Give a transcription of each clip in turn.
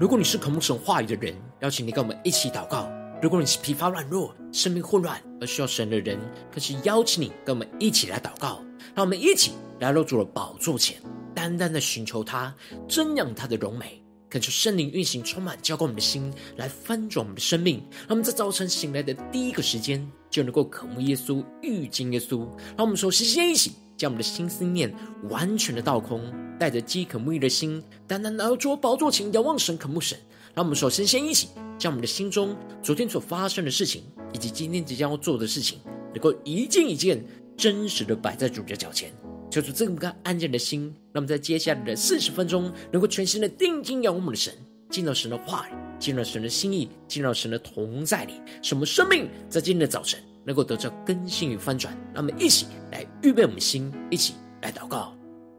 如果你是渴慕神话语的人，邀请你跟我们一起祷告；如果你是疲乏软弱、生命混乱而需要神的人，更是邀请你跟我们一起来祷告。让我们一起来到主的宝座前，单单的寻求他，瞻仰他的荣美，恳求圣灵运行，充满浇灌我们的心，来翻转我们的生命。让我们在早晨醒来的第一个时间，就能够渴慕耶稣，遇见耶稣。让我们首先一起将我们的心思念完全的倒空，带着饥渴沐浴的心，单单来到主的宝座前，仰望神，渴慕神。让我们首先一起将我们的心中昨天所发生的事情，以及今天即将要做的事情，能够一件一件真实的摆在主的脚前，求主这个安静的心，让我们在接下来的40分钟，能够全心的定睛仰望我们的神，进到神的话语，进到神的心意，进到神的同在里，使我们生命在今天的早晨能够得到更新与翻转。让我们一起来预备我们的心，一起来祷告。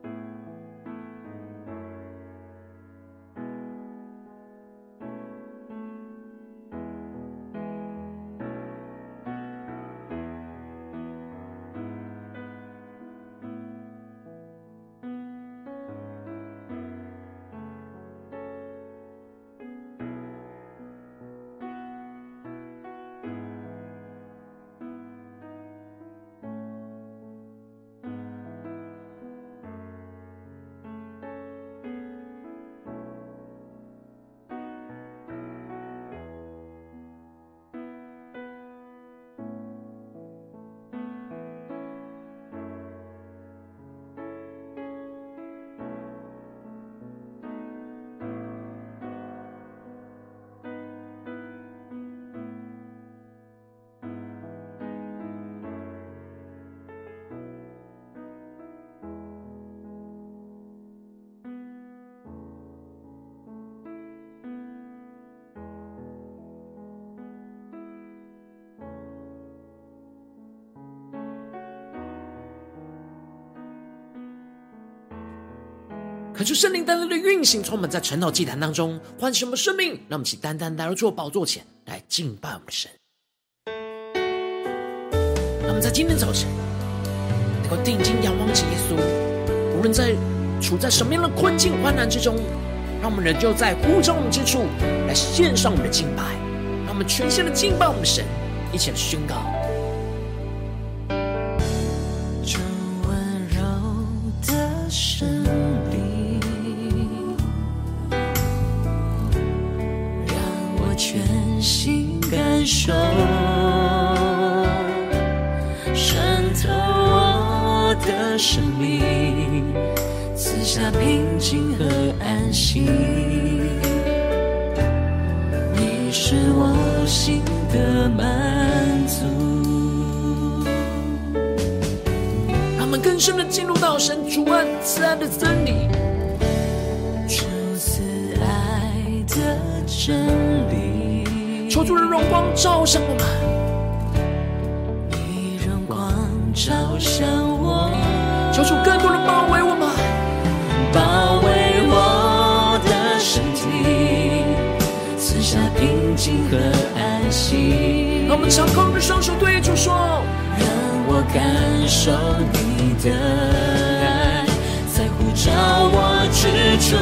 恳求圣灵单单的运行，充满在晨祷祭坛当中，唤醒我们生命。让我们一起单单来到主的宝座前来敬拜我们的神。让我们在今天早晨能够定睛仰望着耶稣，无论在处在什么样的困境患难之中，让我们仍旧在呼召我们之处来献上我们的敬拜。让我们全心的敬拜我们的神，一起来宣告。 这温柔的神灵，让我全心感受，渗透我的生命，赐下平静和安息。你是我心的满足。 让我们更深的进入到神主恩慈爱的真理， 主慈爱的真理， 求主的荣光照向我们， 你荣光照向我， 求主更多的包围我们， 包围我的身体，赐下平静和安息。 让我们敞开我们的双手对主说， 让我感受你的爱，在呼召我之处，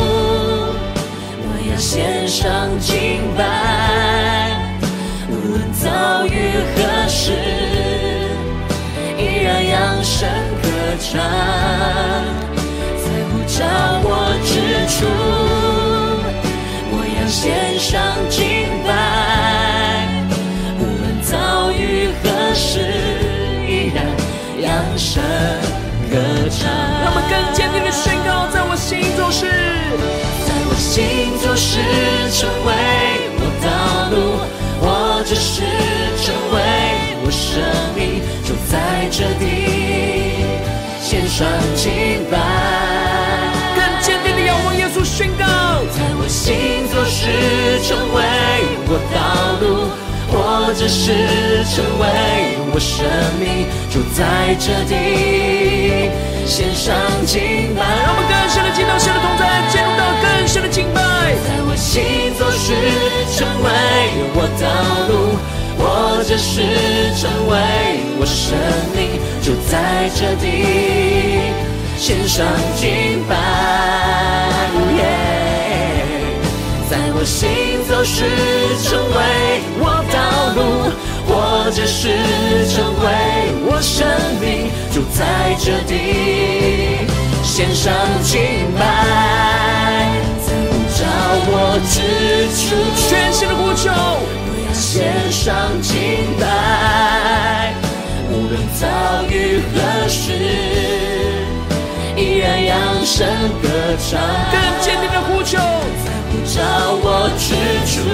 我要献上敬拜，无论遭遇何时，依然扬声歌唱。在呼召我之处，我要献上敬拜，无论遭遇何时，依然扬声歌唱。 让我们更坚定的宣告，在我心做事， 在我心做事成为我道路，我只是成为我生命，就在这地献上敬拜。 更坚定的仰望耶稣宣告， 在我心做事成为我道路，我只是成为我生命，就在这地献上敬拜。 让我们更深的进到神的同在，进入到更深的敬拜。 在我心做事成为我道路，我只是成为我生命，就在这地献上敬拜。在我行走是成为我道路，或者是成为我生命，就在这地献上敬拜，在呼召我之处， 全新的呼求， 我要献上敬拜，无论遭遇何事，依然扬声歌唱， 更坚定的呼求， 呼召我之处，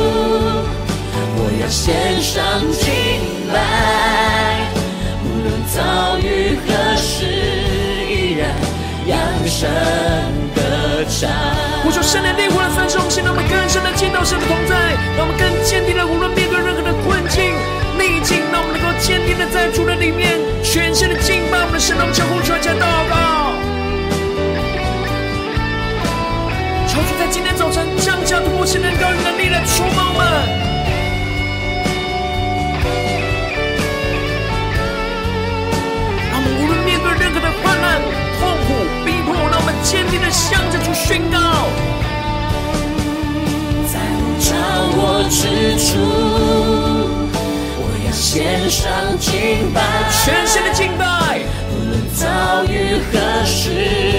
我要献上敬拜，无论遭遇何事，依然扬声歌唱。 呼求圣灵烈火的焚烧，让我们更深的见到神的同在，让我们更坚定的无论面对任何的困境逆境，让我们能够坚定的在主的里面全新的敬拜我们的神，让我们相互传讲祷告。求主在今天早晨降下突破性的高与能力来触摸我们，让我们无论面对任何的患难、痛苦、逼迫，让我们坚定的向着主宣告， 在呼召我之处，我要献上敬拜， 全新的敬拜， 无论遭遇何事，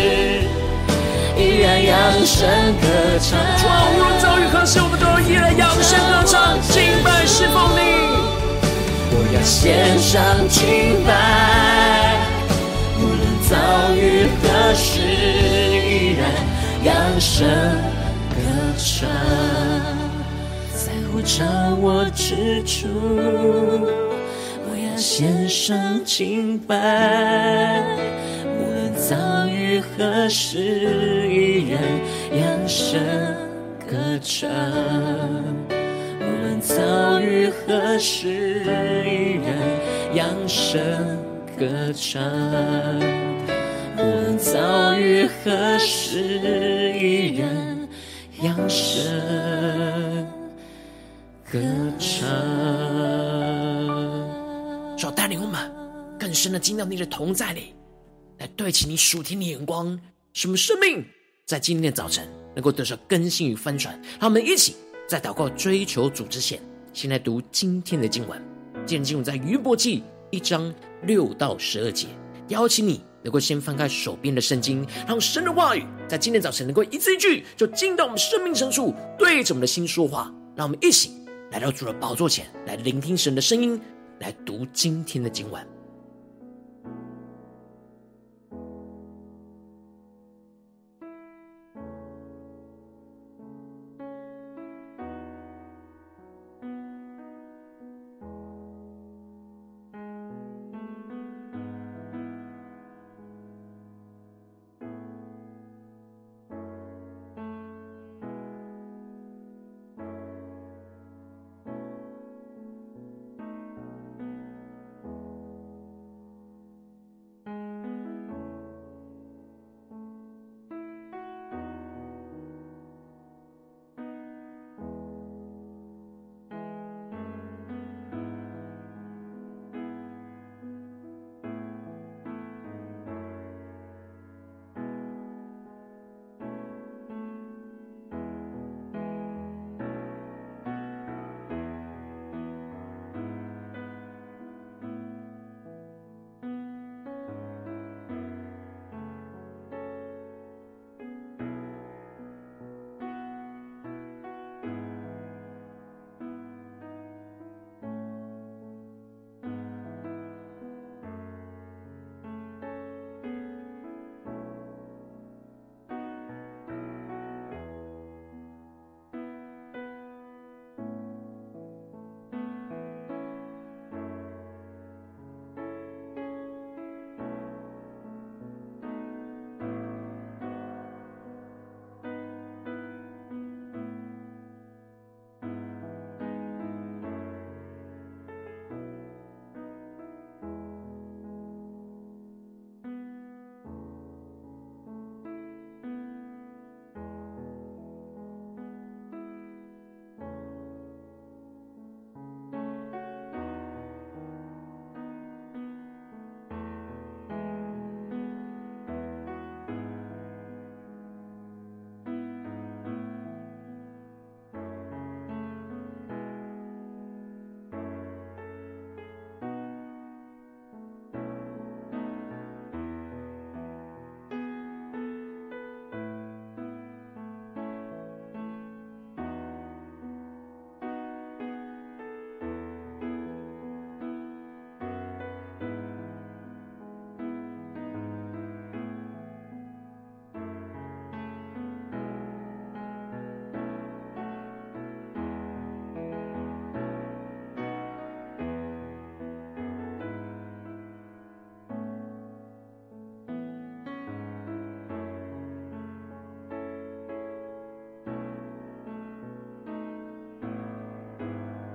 依然扬声歌唱。 主啊，无论遭遇何事，我们都要依然扬声歌唱，敬拜侍奉你。 我要献上敬拜，无论遭遇何事，依然扬声歌唱。在呼召我之处，我要献上敬拜，无论遭遇何事，依然扬声歌唱。无论遭遇何事，依然扬声歌唱。无论遭遇何事，依然扬声歌唱。 主要带领我们更深的进到你的同在里，来对齐你属天的眼光，使我们生命在今天的早晨能够得到更新与翻转。让我们一起在祷告追求主之前，先来读今天的经文。今天经文在约伯记1章6到12节。邀请你能够先翻开手边的圣经，让神的话语在今天早晨能够一字一句就进到我们生命深处，对着我们的心说话。让我们一起来到主的宝座前，来聆听神的声音，来读今天的经文。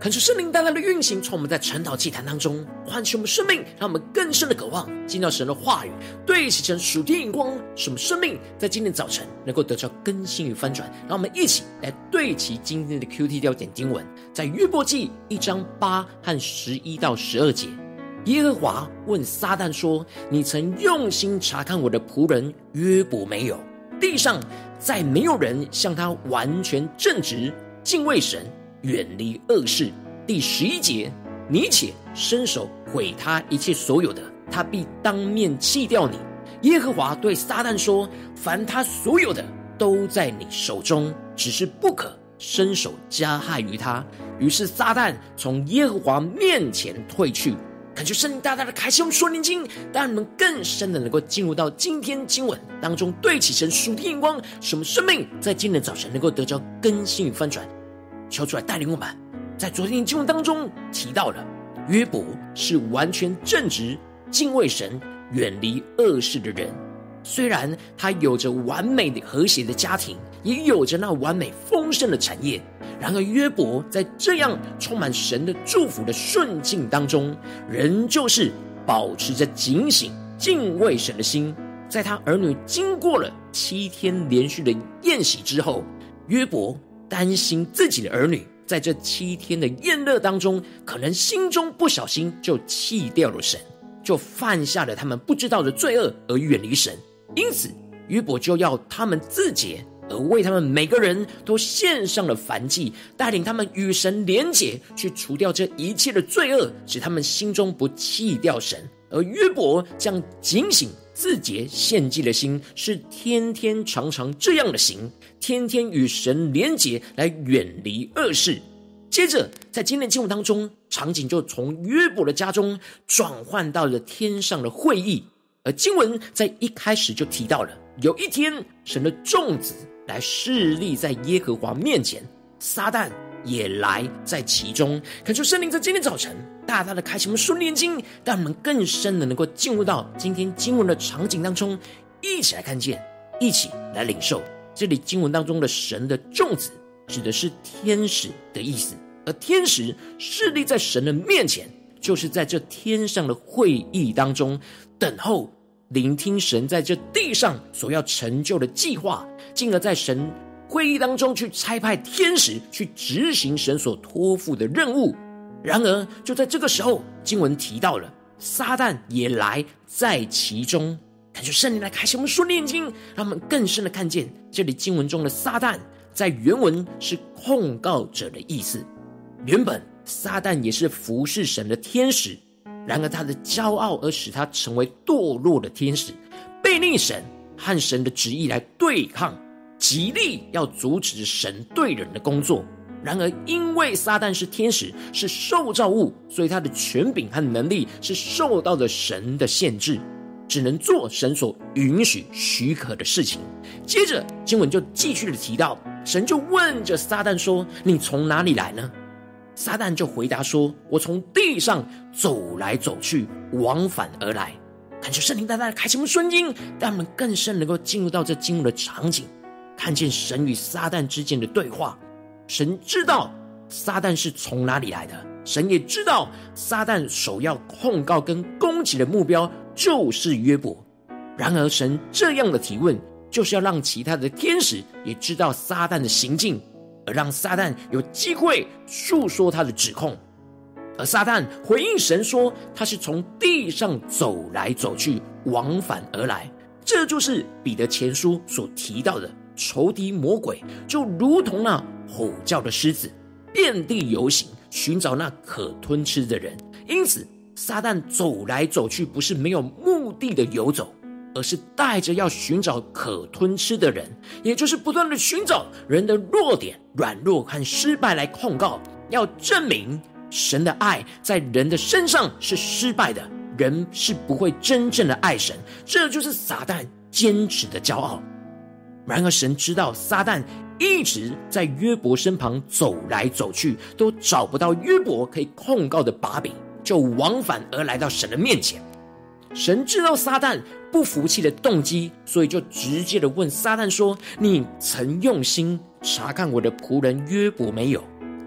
恳求圣灵大大的运行，从我们在晨祷祭坛当中唤醒我们生命，让我们更深的渴望进到神的话语，对齐成属天眼光，使我们生命在今天早晨能够得到更新与翻转。让我们一起来对齐今天的 QT 调点经文，在约伯记1章8和11到12节。耶和华问撒旦说：你曾用心查看我的仆人约伯没有？地上再没有人像他完全正直，敬畏神，远离恶事。第11节，你且伸手毁他一切所有的，他必当面弃掉你。耶和华对撒旦说：凡他所有的都在你手中，只是不可伸手加害于他。于是撒旦从耶和华面前退去。恳求圣灵大大的开启我们属灵经，让我们更深的能够进入到今天经文当中，对齐神属天眼光，使我们生命在今天早晨能够得到更新与翻转。求主来带领我们。在昨天的经文当中提到了约伯是完全正直、敬畏神、远离恶事的人。虽然他有着完美的和谐的家庭，也有着那完美丰盛的产业，然而约伯在这样充满神的祝福的顺境当中，仍旧是保持着警醒敬畏神的心。在他儿女经过了7天连续的宴席之后，约伯担心自己的儿女在这7天的宴乐当中，可能心中不小心就弃掉了神，就犯下了他们不知道的罪恶而远离神。因此约伯就要他们自洁，而为他们每个人都献上了燔祭，带领他们与神连结，去除掉这一切的罪恶，使他们心中不弃掉神。而约伯将警醒自洁献祭的心，是天天常常这样的行，天天与神连结，来远离恶事。接着在今天的经文当中，场景就从约伯的家中转换到了天上的会议。而经文在一开始就提到了，有一天神的众子来侍立在耶和华面前，撒旦也来在其中。恳求圣灵在今天早晨大大的开启我们属灵眼睛，让我们更深的能够进入到今天经文的场景当中，一起来看见，一起来领受。这里经文当中的神的众子指的是天使的意思，而天使侍立在神的面前，就是在这天上的会议当中等候聆听神在这地上所要成就的计划，进而在神会议当中去差派天使去执行神所托付的任务。然而就在这个时候，经文提到了撒旦也来在其中。感谢圣灵来开启我们属灵眼睛，让我们更深的看见这里经文中的撒旦在原文是控告者的意思。原本撒旦也是服侍神的天使，然而他的骄傲而使他成为堕落的天使，背逆神和神的旨意来对抗，极力要阻止神对人的工作。然而因为撒旦是天使，是受造物，所以他的权柄和能力是受到了神的限制，只能做神所允许许可的事情。接着经文就继续的提到，神就问着撒旦说：你从哪里来呢？撒旦就回答说：我从地上走来走去，往返而来。感谢圣灵大大的开启我们顺经，让我们更深能够进入到这经文的场景，看见神与撒旦之间的对话。神知道撒旦是从哪里来的，神也知道撒旦首要控告跟攻击的目标就是约伯。然而神这样的提问，就是要让其他的天使也知道撒旦的行径，而让撒旦有机会述说他的指控。而撒旦回应神说，他是从地上走来走去，往返而来。这就是彼得前书所提到的，仇敌魔鬼就如同那吼叫的狮子，遍地游行，寻找那可吞吃的人。因此撒旦走来走去，不是没有目的的游走，而是带着要寻找可吞吃的人，也就是不断的寻找人的弱点、软弱和失败来控告，要证明神的爱在人的身上是失败的，人是不会真正的爱神。这就是撒旦坚持的骄傲。然而神知道撒旦一直在约伯身旁走来走去，都找不到约伯可以控告的把柄，就往返而来到神的面前。神知道撒旦不服气的动机，所以就直接的问撒旦说：你曾用心查看我的仆人约伯没有？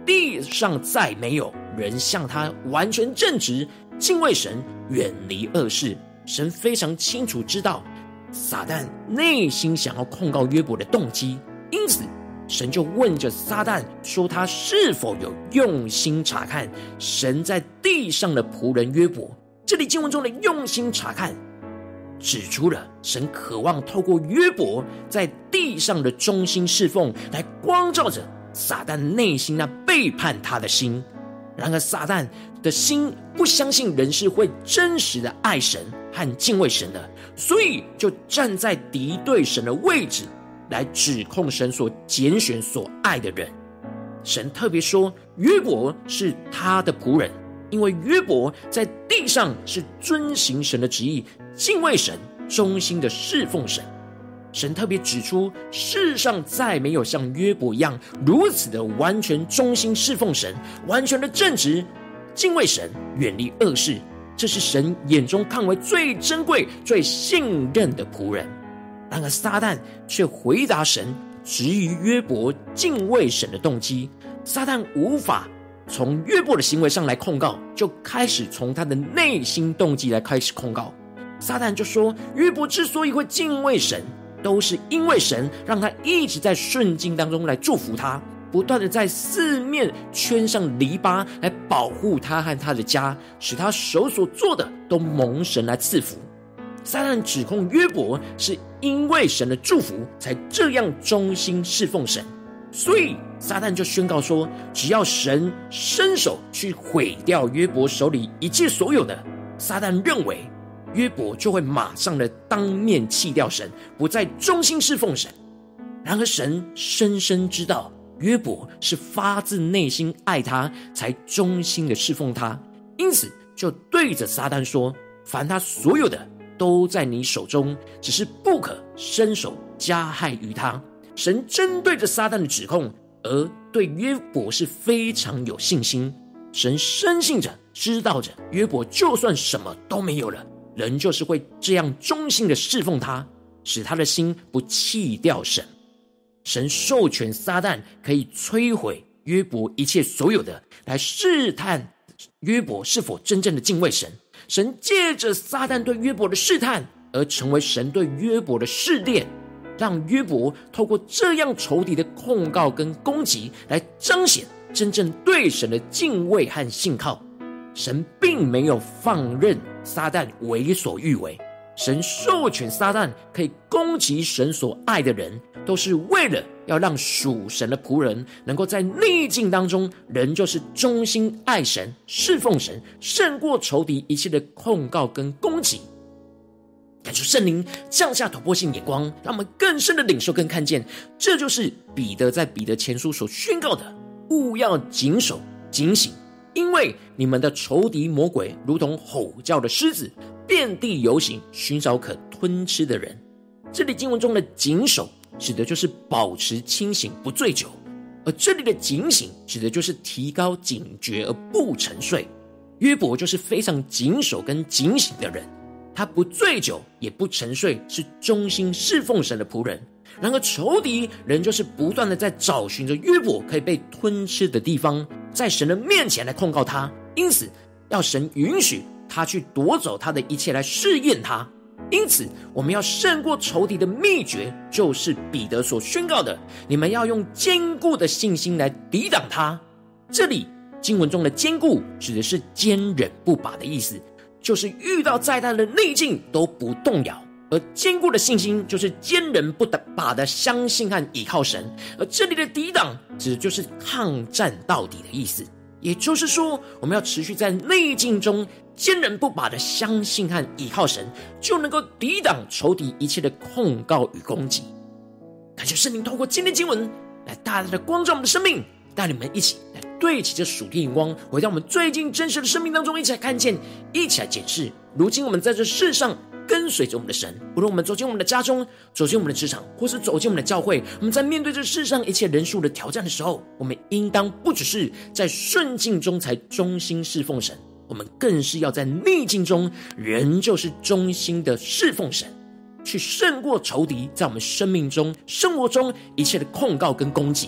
地上再没有人像他完全正直，敬畏神，远离恶事。神非常清楚知道撒旦内心想要控告约伯的动机，因此神就问着撒旦说，他是否有用心查看神在地上的仆人约伯。这里经文中的用心查看指出了神渴望透过约伯在地上的忠心侍奉，来光照着撒旦内心那背叛他的心。然而撒旦的心不相信人是会真实的爱神和敬畏神的，所以就站在敌对神的位置来指控神所拣选所爱的人。神特别说约伯是他的仆人，因为约伯在地上是遵行神的旨意，敬畏神，忠心的侍奉神。神特别指出，世上再没有像约伯一样如此的完全忠心侍奉神，完全的正直，敬畏神，远离恶事。这是神眼中看为最珍贵、最信任的仆人。然而撒旦却回答神质疑约伯敬畏神的动机。撒旦无法从约伯的行为上来控告，就开始从他的内心动机来开始控告。撒旦就说，约伯之所以会敬畏神，都是因为神让他一直在顺境当中来祝福他，不断的在四面圈上篱笆来保护他和他的家，使他手所做的都蒙神来赐福。撒旦指控约伯是因为神的祝福才这样忠心侍奉神，所以撒旦就宣告说，只要神伸手去毁掉约伯手里一切所有的，撒旦认为约伯就会马上的当面弃掉神，不再忠心侍奉神。然而神深深知道约伯是发自内心爱他，才忠心的侍奉他，因此就对着撒旦说，凡他所有的都在你手中，只是不可伸手加害于他。神针对着撒旦的指控，而对约伯是非常有信心。神深信着知道着约伯就算什么都没有了，人就是会这样忠心的侍奉他，使他的心不弃掉神。神授权撒旦可以摧毁约伯一切所有的，来试探约伯是否真正的敬畏神。神借着撒旦对约伯的试探，而成为神对约伯的试炼，让约伯透过这样仇敌的控告跟攻击，来彰显真正对神的敬畏和信靠。神并没有放任撒旦为所欲为，神授权撒旦可以攻击神所爱的人，都是为了要让属神的仆人能够在逆境当中，仍旧是忠心爱神侍奉神，胜过仇敌一切的控告跟攻击。感受圣灵降下突破性眼光，让我们更深的领受跟看见，这就是彼得在彼得前书所宣告的，务要谨守警醒，因为你们的仇敌魔鬼如同吼叫的狮子，遍地游行，寻找可吞吃的人。这里经文中的谨守指的就是保持清醒不醉酒，而这里的警醒指的就是提高警觉而不沉睡。约伯就是非常谨守跟警醒的人，他不醉酒也不沉睡，是忠心侍奉神的仆人。然而仇敌人就是不断的在找寻着约伯可以被吞吃的地方，在神的面前来控告他，因此要神允许他去夺走他的一切来试验他。因此我们要胜过仇敌的秘诀，就是彼得所宣告的，你们要用坚固的信心来抵挡他。这里经文中的坚固指的是坚忍不拔的意思，就是遇到再大的逆境都不动摇，而坚固的信心就是坚忍不拔的相信和倚靠神。而这里的抵挡指的就是抗战到底的意思，也就是说我们要持续在逆境中坚忍不拔的相信和倚靠神，就能够抵挡仇敌一切的控告与攻击。感谢圣灵透过今天经文来大大的光照我们的生命，带你们一起来对齐这属天眼光，回到我们最近真实的生命当中，一起来看见，一起来检视。如今我们在这世上跟随着我们的神，无论我们走进我们的家中，走进我们的职场，或是走进我们的教会，我们在面对这世上一切人数的挑战的时候，我们应当不只是在顺境中才忠心侍奉神，我们更是要在逆境中仍旧是忠心的侍奉神，去胜过仇敌在我们生命中生活中一切的控告跟攻击。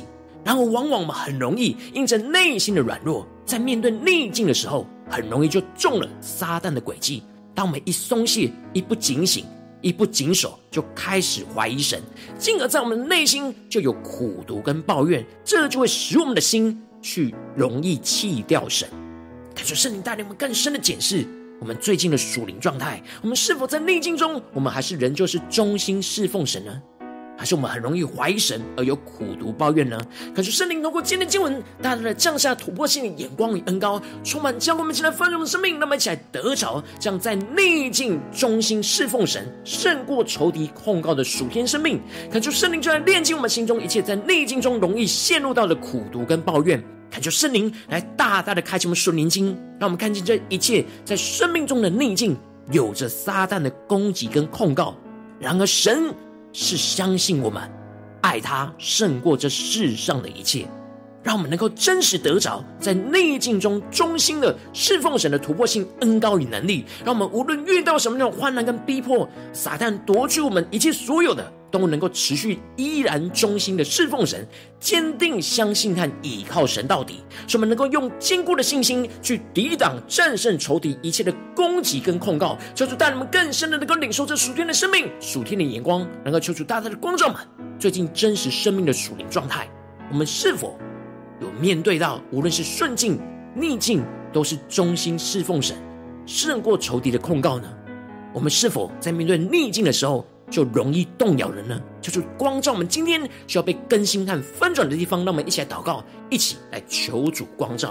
然而往往我们很容易因着内心的软弱，在面对逆境的时候，很容易就中了撒旦的诡计。当我们一松懈，一不警醒，一不谨守，就开始怀疑神，进而在我们的内心就有苦毒跟抱怨，这就会使我们的心去容易弃掉神。感谢圣灵带领我们更深的检视我们最近的属灵状态，我们是否在逆境中，我们还是仍旧是忠心侍奉神呢？还是我们很容易怀疑神而有苦毒抱怨呢？可是圣灵透过今天的经文大大的降下突破性的眼光与恩膏，充满将我们一起来丰盛的生命，让我们一起来得着这样在逆境忠心侍奉神胜过仇敌控告的属天生命。恳求圣灵就来炼净我们心中一切在逆境中容易陷入到的苦毒跟抱怨，恳求圣灵来大大的开启我们属灵经，让我们看见这一切在生命中的逆境有着撒旦的攻击跟控告，然而神是相信我们爱他胜过这世上的一切，让我们能够真实得着在逆境中忠心的侍奉神的突破性恩膏与能力，让我们无论遇到什么样的患难跟逼迫，撒旦夺去我们一切所有的，都能够持续依然忠心的侍奉神，坚定相信和倚靠神到底，使我们能够用坚固的信心去抵挡战胜仇敌一切的攻击跟控告。求主带你们更深的能够领受这属天的生命属天的眼光，能够求主大大的光照们最近真实生命的属灵状态，我们是否有面对到无论是顺境逆境都是忠心侍奉神胜过仇敌的控告呢？我们是否在面对逆境的时候就容易动摇了呢？求主光照我们今天需要被更新和翻转的地方，让我们一起来祷告，一起来求主光照。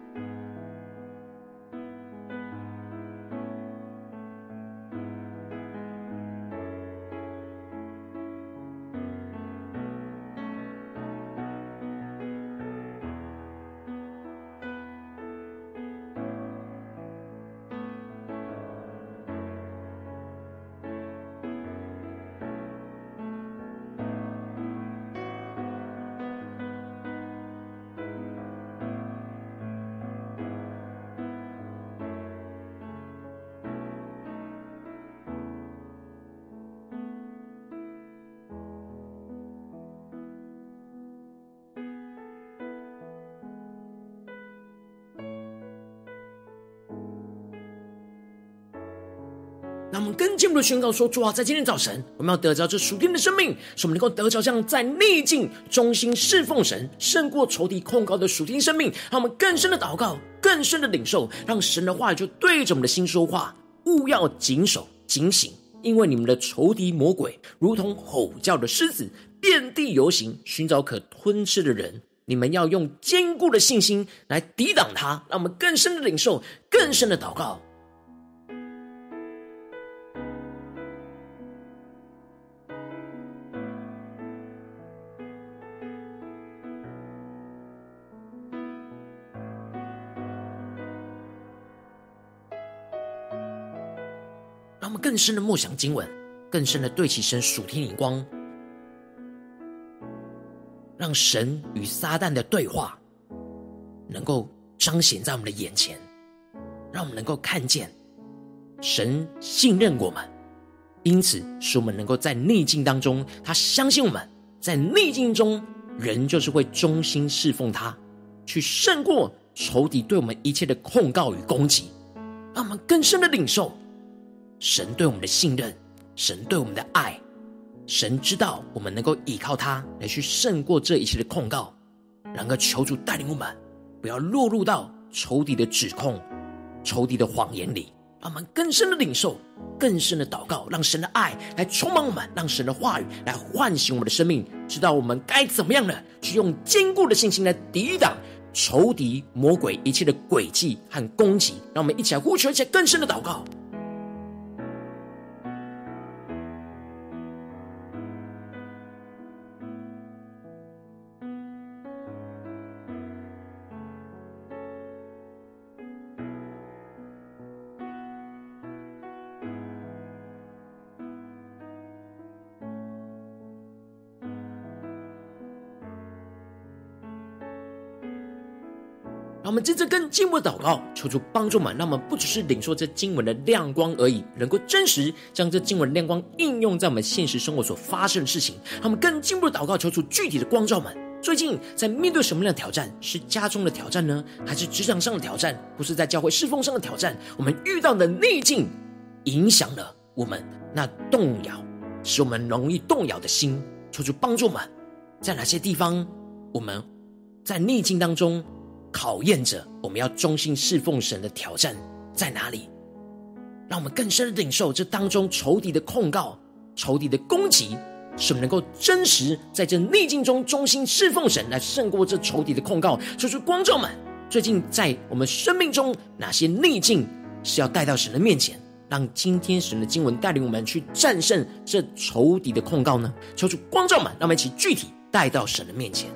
让我们更进一步的宣告说，主啊，在今天早晨我们要得着这属天的生命，使我们能够得着这样在逆境忠心侍奉神胜过仇敌控告的属天生命。让我们更深的祷告，更深的领受，让神的话语就对着我们的心说话。务要谨守警醒，因为你们的仇敌魔鬼如同吼叫的狮子，遍地游行，寻找可吞吃的人。你们要用坚固的信心来抵挡他。让我们更深的领受，更深的祷告。让我们更深的默想经文，更深的对齐神属天眼光，让神与撒旦的对话能够彰显在我们的眼前，让我们能够看见神信任我们，因此使我们能够在逆境当中，他相信我们在逆境中人就是会忠心侍奉他，去胜过仇敌对我们一切的控告与攻击。让我们更深的领受神对我们的信任，神对我们的爱，神知道我们能够依靠他来去胜过这一切的控告。然而求主带领我们不要落入到仇敌的指控、仇敌的谎言里，让我们更深的领受，更深的祷告，让神的爱来充满我们，让神的话语来唤醒我们的生命，知道我们该怎么样呢？去用坚固的信心来抵挡仇敌魔鬼一切的诡计和攻击。让我们一起来呼求，一起来更深的祷告。让我们接着更进一步的祷告，求主帮助我们，让我们不只是领受这经文的亮光而已，能够真实将这经文的亮光应用在我们现实生活所发生的事情。让我们更进一步的祷告，求主具体的光照我们， 最近在面对什么样的挑战？是家中的挑战呢，还是职场上的挑战，或是在教会侍奉上的挑战？我们遇到的逆境影响了我们那动摇，使我们容易动摇的心。求主帮助我们，在哪些地方我们在逆境当中考验着我们要忠心侍奉神的挑战在哪里？让我们更深的领受这当中仇敌的控告、仇敌的攻击，使我们能够真实在这逆境中忠心侍奉神，来胜过这仇敌的控告。求主光照们，最近在我们生命中哪些逆境是要带到神的面前，让今天神的经文带领我们去战胜这仇敌的控告呢？求主光照们，让我们一起具体带到神的面前。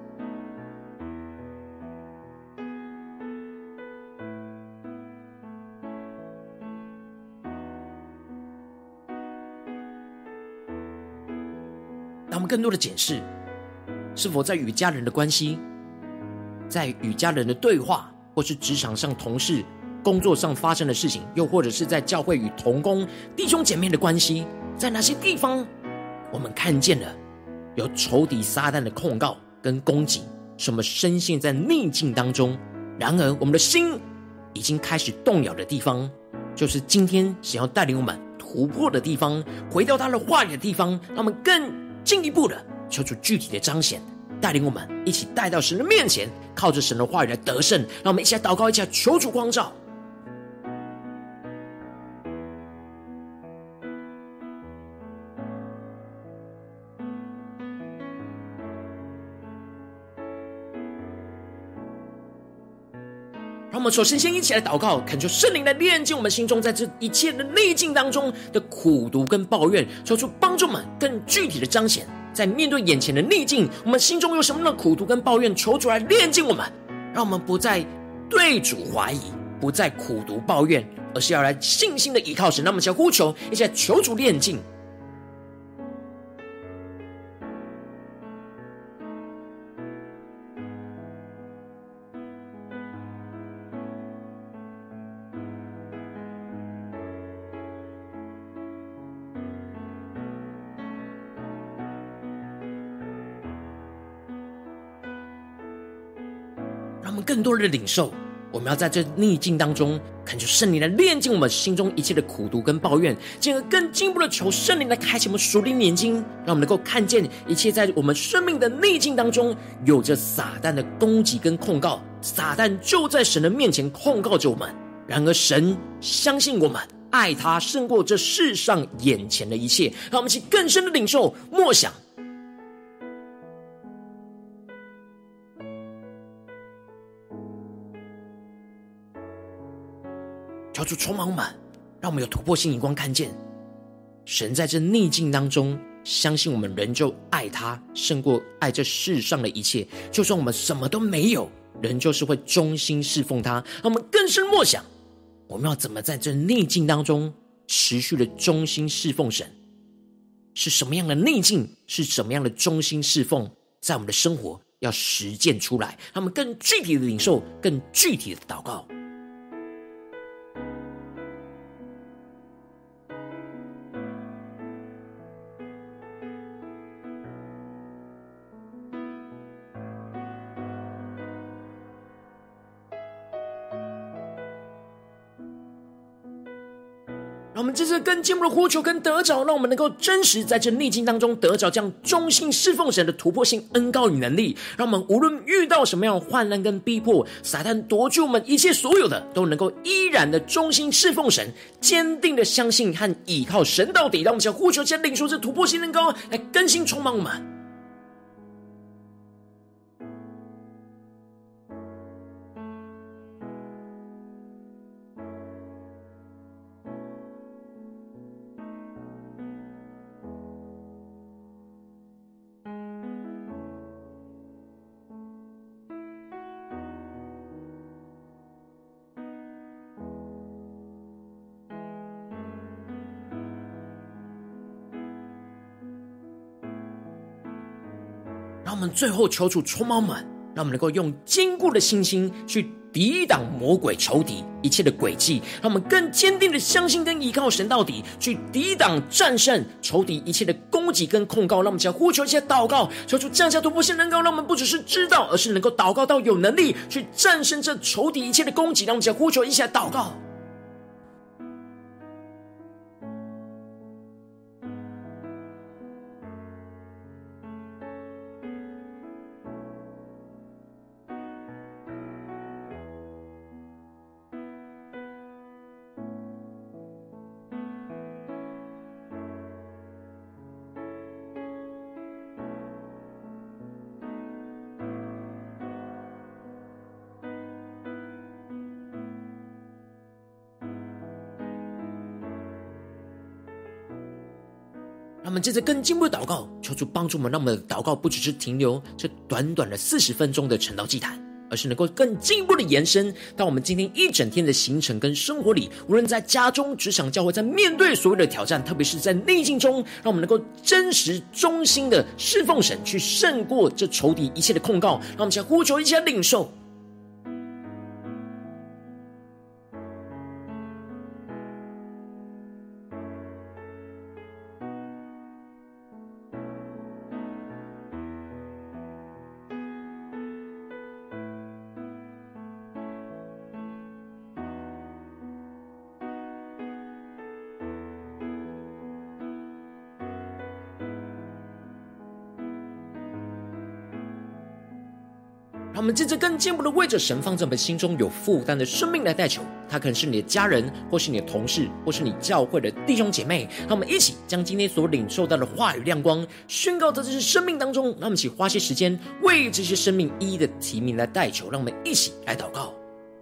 让我们更多的检视，是否在与家人的关系，在与家人的对话，或是职场上同事、工作上发生的事情，又或者是在教会与同工弟兄姐妹的关系，在哪些地方我们看见了有仇敌撒旦的控告跟攻击，使我们深陷在逆境当中。然而我们的心已经开始动摇的地方，就是今天想要带领我们突破的地方，回到他的话语的地方，让我们更进一步的求主具体的彰显，带领我们一起带到神的面前，靠着神的话语来得胜。让我们一起来祷告，一起来求主光照。让我们首先一起来祷告，恳求圣灵来炼净我们心中在这一切的逆境当中的苦毒跟抱怨，求主帮助我们更具体的彰显，在面对眼前的逆境，我们心中有什么样的苦毒跟抱怨，求主来炼净我们，让我们不再对主怀疑，不再苦毒抱怨，而是要来信心的依靠神。让我们一起来呼求，一起来求主炼净。让我们更多的领受，我们要在这逆境当中恳求圣灵来炼净我们心中一切的苦毒跟抱怨，进而更进一步的求圣灵来开启我们属灵的眼睛，让我们能够看见一切在我们生命的逆境当中有着撒旦的攻击跟控告，撒旦就在神的面前控告着我们，然而神相信我们爱他胜过这世上眼前的一切。让我们一起更深的领受默想，求主充满我们，让我们有突破性眼光，看见神在这逆境当中，相信我们仍旧爱他胜过爱这世上的一切。就算我们什么都没有，仍旧是会忠心侍奉他。让我们更深默想，我们要怎么在这逆境当中持续的忠心侍奉神？是什么样的逆境，是什么样的忠心侍奉，在我们的生活要实践出来，让我们更具体的领受，更具体的祷告。让我们这次更进一步的呼求跟得着，让我们能够真实在这逆境当中得着这样忠心侍奉神的突破性恩膏与能力，让我们无论遇到什么样的患难跟逼迫，撒旦夺去我们一切所有的，都能够依然的忠心侍奉神，坚定的相信和倚靠神到底。让我们想呼求，先领受这突破性恩膏来更新充满我们。让我们最后求主充满我们，让我们能够用坚固的信心去抵挡魔鬼仇敌一切的诡计，让我们更坚定的相信跟依靠神到底，去抵挡战胜仇敌一切的攻击跟控告。让我们只要呼求一些祷告，求出降下突破性能够，让我们不只是知道，而是能够祷告到有能力去战胜这仇敌一切的攻击。让我们只要呼求一下祷告。让我们接着更进一步的祷告，求主帮助我们，让我们的祷告不只是停留这短短的40分钟的晨祷祭坛，而是能够更进一步的延伸到我们今天一整天的行程跟生活里，无论在家中、职场、教会，在面对所有的挑战，特别是在逆境中，让我们能够真实忠心的侍奉神，去胜过这仇敌一切的控告。让我们先呼求一下领受。让我们接着更进一步的为着神放在我们心中有负担的生命来代求，他可能是你的家人，或是你的同事，或是你教会的弟兄姐妹。让我们一起将今天所领受到的话语亮光宣告在这些生命当中。让我们一起花些时间为这些生命一一的提名来代求。让我们一起来祷告。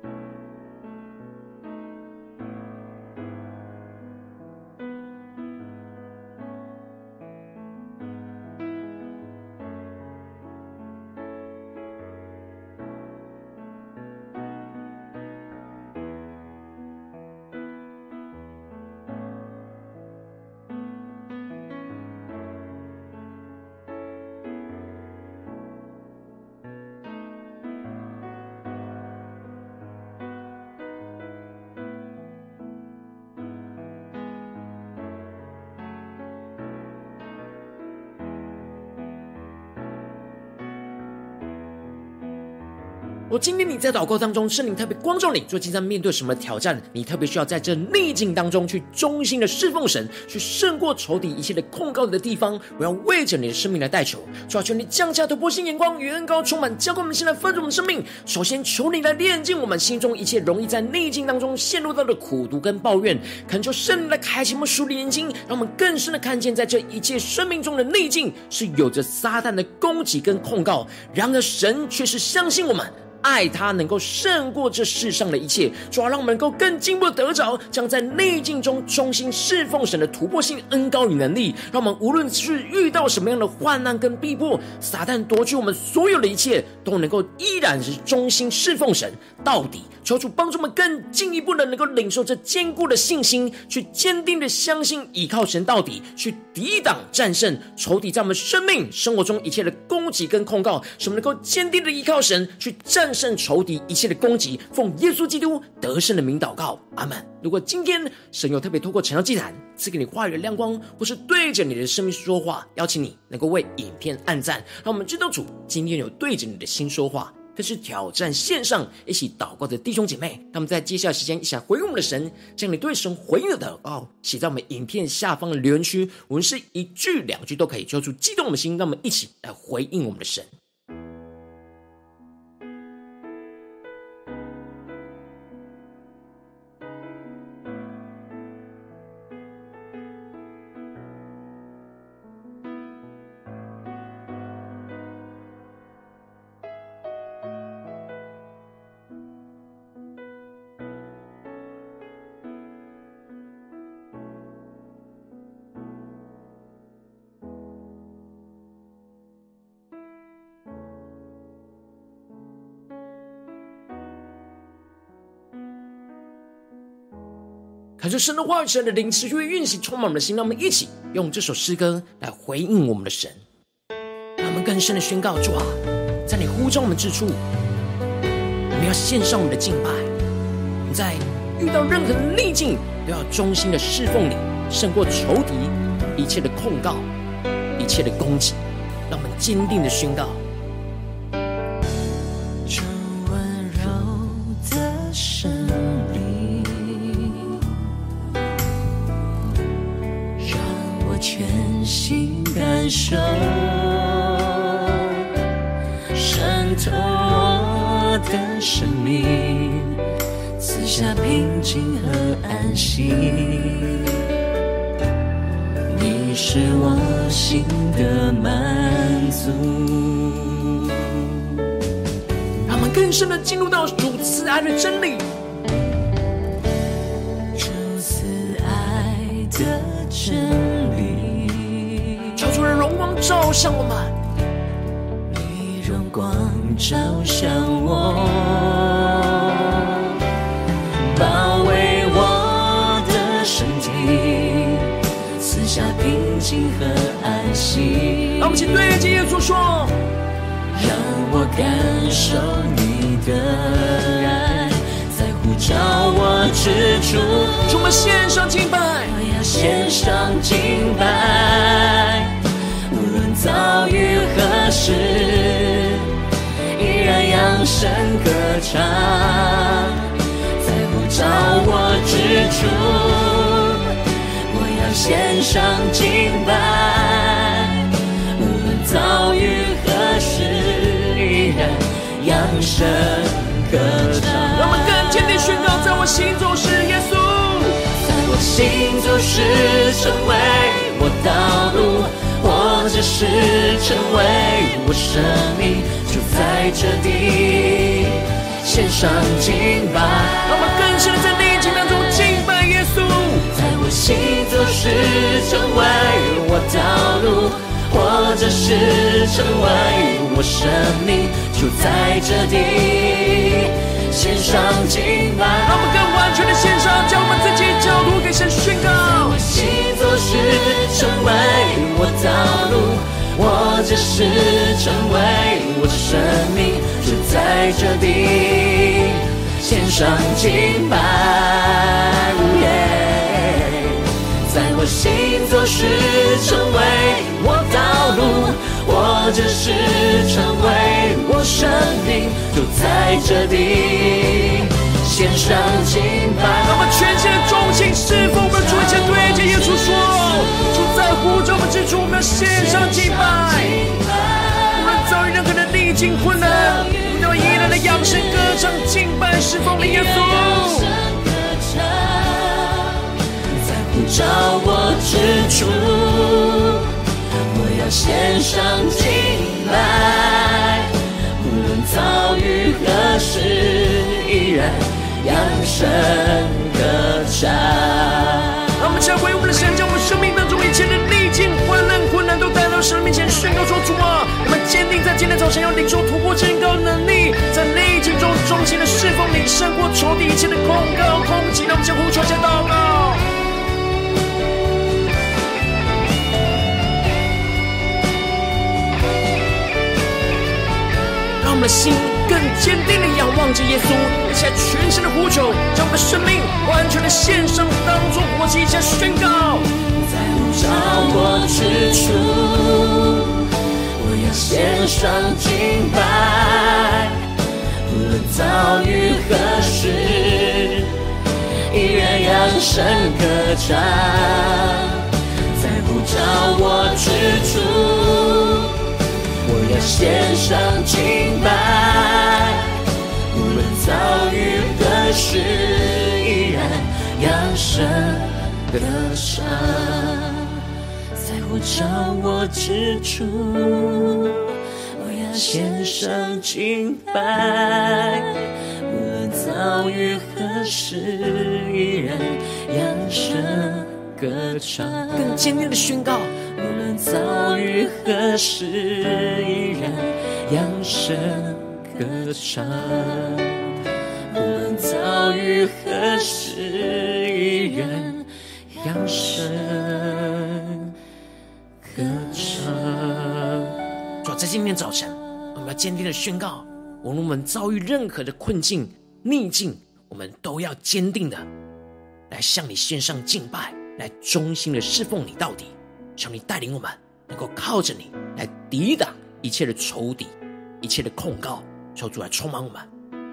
今天你在祷告当中，圣灵特别光照你，最近在面对什么挑战？你特别需要在这逆境当中去忠心的侍奉神，去胜过仇敌一切的控告的地方。我要为着你的生命来代求，主要求你降下突破性眼光与恩膏充满，浇灌我们现在丰足我们生命。首先求你来炼净我们心中一切容易在逆境当中陷入到的苦毒跟抱怨，恳求圣灵来开启我们属灵眼睛，让我们更深的看见，在这一切生命中的逆境是有着撒旦的攻击跟控告，然而神却是相信我们爱他能够胜过这世上的一切。主要让我们能够更进一步得着将在逆境中忠心侍奉神的突破性恩膏与能力，让我们无论是遇到什么样的患难跟逼迫，撒旦夺去我们所有的一切，都能够依然是忠心侍奉神到底。求主帮助我们更进一步的能够领受这坚固的信心，去坚定的相信依靠神到底，去抵挡战胜仇敌在我们生命生活中一切的攻击跟控告，使我们能够坚定的依靠神，去战胜仇敌一切的攻击。奉耶稣基督得胜的名祷告，阿们。如果今天神有特别透过晨祷祭坛赐给你话语的亮光，或是对着你的生命说话，邀请你能够为影片按赞，让我们知道主今天有对着你的心说话。更是挑战线上一起祷告的弟兄姐妹，那么在接下来时间一起来回应我们的神，将你对神回应的祷告写在我们影片下方的留言区，无论是一句两句都可以，求主激动我们的心，让我们一起来回应我们的神。恳求神的话语、神的灵持续运行，充满我们的心。让我们一起用这首诗歌来回应我们的神，让我们更深的宣告：主啊，在你呼召我们之处，我们要献上我们的敬拜。我们在遇到任何的逆境，都要忠心的侍奉你，胜过仇敌一切的控告、一切的攻击。让我们坚定的宣告： 这温柔的生命，让我全心感受，渗透我的生命，赐下平静和安息。你是我心的满足。 让我们更深的进入到主慈爱的真理， 主慈爱的真理， 求主的荣光照向我们， 你荣光照向我，包围我的身体，赐下平静和安息。 让我们一起对着耶稣说： 让我感受你的爱，在呼召我之处。 主，我们献上敬拜， 我要献上敬拜，无论遭遇何事，依然扬声歌唱，在呼召我之处。我要献上敬拜，无论遭遇何事，依然扬声歌唱。 让我们更坚定宣告，在我心中是耶稣， 在我心中是成为我道路，或者是成为我生命，就在这地献上敬拜。 让我们更深的在逆境当中敬拜耶稣， 在我心中是成为我道路，或者是成为我生命，就在这地献上敬拜。 让我们更完全的献上，将我们自己交托给神宣告。 我心中是成为我道路，或者是成为我生命，就在这地献上敬拜。在我心中是成为我道路，或者是成为我生命，就在这地献上敬拜。 让我们全心的忠心侍奉我们的主，一起对着耶稣说：主，在呼召我们之处，我们要献上敬拜。无论遭遇任何的逆境困难，我们要依然的扬声歌唱敬拜侍奉的耶稣。 呼召我之处，我要献上敬拜，无论遭遇何事，依然扬声歌唱。 让我们将为我们的神，将我们生命当中一切的逆境、患难、困难都带到神的面前宣告说：主啊，我们坚定在今天早晨要领受突破真高的能力，在逆境中忠心的侍奉你，胜过仇敌一切的控告、攻击。让我们将呼求、将祷告。让我们的心更坚定的仰望着耶稣，而且全身的呼求，将我们的生命完全的献上，当作活祭，一起宣告。 在呼召我之处，我要献上敬拜，无论遭遇何事，依然扬声歌唱。在呼召我之处，我要献上敬拜，无论遭遇何事，依然扬声歌唱。在呼召我之处，我要献上敬拜，无论遭遇何事，依然扬声歌唱。 更坚定的宣告， 无论遭遇何事，依然扬声歌唱。无论遭遇何事，依然扬声歌唱。 主，在今天早晨，我们要坚定的宣告， 无论我们遭遇任何的困境逆境，我们都要坚定的来向你献上敬拜，来忠心的侍奉你到底。求你带领我们能够靠着你来抵挡一切的仇敌，一切的控告。求主来充满我们。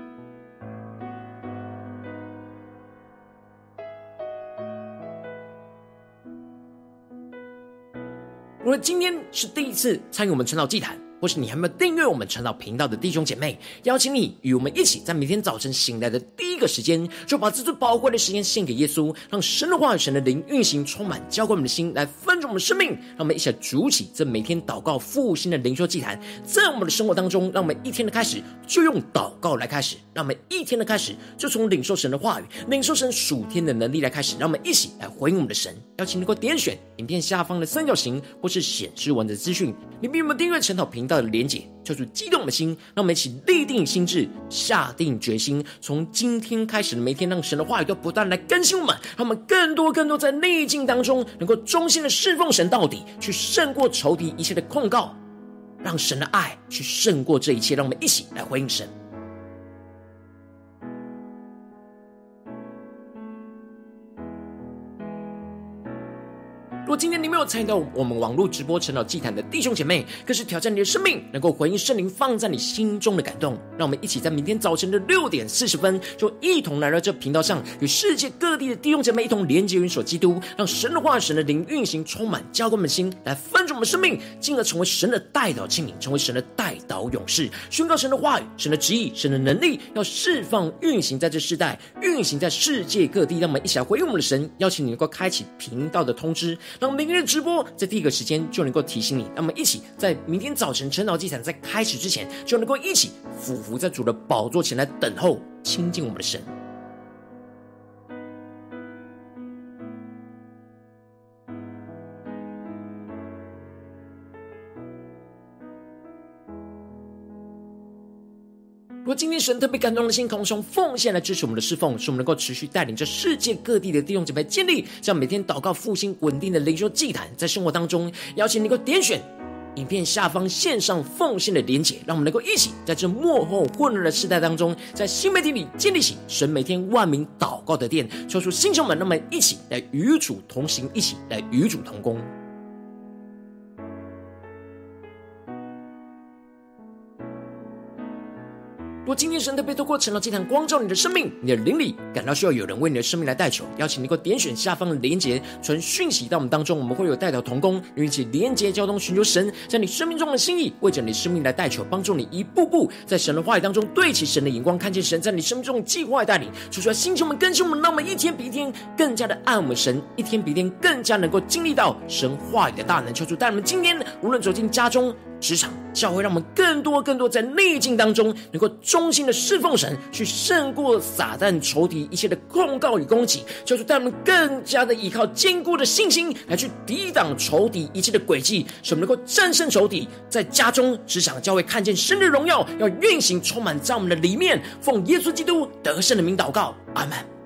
如果今天是第一次参与我们晨祷祭坛，或是你还没有订阅我们晨祷频道的弟兄姐妹，邀请你与我们一起在每天早晨醒来的第一个时间，就把这最宝贵的时间献给耶稣，让神的话语、神的灵运行充满浇灌我们的心，来分盛我们的生命。让我们一起来筑起这每天祷告复兴的灵修祭坛，在我们的生活当中，让我们一天的开始就用祷告来开始，让我们一天的开始就从领受神的话语、领受神属天的能力来开始。让我们一起来回应我们的神。邀请能够点选影片下方的三角形，或是显示文字资讯，你并没有订阅晨祷频道的连结，求主激动我们的心，让我们一起立定心志，下定决心，从今天开始的每一天，让神的话语都不断来更新我们，让我们更多在逆境当中能够忠心的侍奉神到底，去胜过仇敌一切的控告，让神的爱去胜过这一切。让我们一起来回应神。如果今天你没有参与到我们网络直播晨祷祭坛的弟兄姐妹，更是挑战你的生命，能够回应圣灵放在你心中的感动。让我们一起在明天早晨的6点40分，就一同来到这频道上，与世界各地的弟兄姐妹一同连结、元首基督，让神的话语、神的灵运行，充满浇灌我们的心，来分盛我们的生命，进而成为神的代祷器皿，成为神的代祷勇士，宣告神的话语、神的旨意、神的能力，要释放运行在这世代，运行在世界各地。让我们一起来回应我们的神，邀请你能够开启频道的通知，让明天的直播在第一个时间就能够提醒你。那么一起在明天早晨晨祷祭坛在开始之前，就能够一起俯伏在主的宝座前来等候亲近我们的神。如果今天神特别感动的心，空从奉献来支持我们的侍奉，使我们能够持续带领着世界各地的弟兄姐妹建立这样每天祷告复兴稳定的灵修祭坛，在生活当中邀请你能够点选影片下方线上奉献的连结，让我们能够一起在这末后混乱的世代当中，在新媒体里建立起神每天万名祷告的殿，抽出弟兄们，让我们一起来与主同行，一起来与主同工。如果今天神特别透过晨祷祭坛光照你的生命，你的灵里感到需要有人为你的生命来代求，邀请你能够点选下方的连结，传讯息到我们当中，我们会有代祷同工，与你一起连结交通，寻求神在你生命中的心意，为着你生命来代求，帮助你一步步在神的话语当中对齐神的眼光，看见神在你生命中的计划带领，说出来星球们更新我们，让我们一天比一天更加的爱我们神，一天比一天更加能够经历到神话语的大能。求主带我们今天无论走进家中、职场、教会，让我们更多在逆境当中能够忠心的侍奉神，去胜过撒旦仇敌一切的控告与攻击。求主带我们更加的依靠坚固的信心来去抵挡仇敌一切的诡计，使我们能够战胜仇敌，在家中、职场、教会看见神的荣耀要运行充满在我们的里面。奉耶稣基督得胜的名祷告，阿们。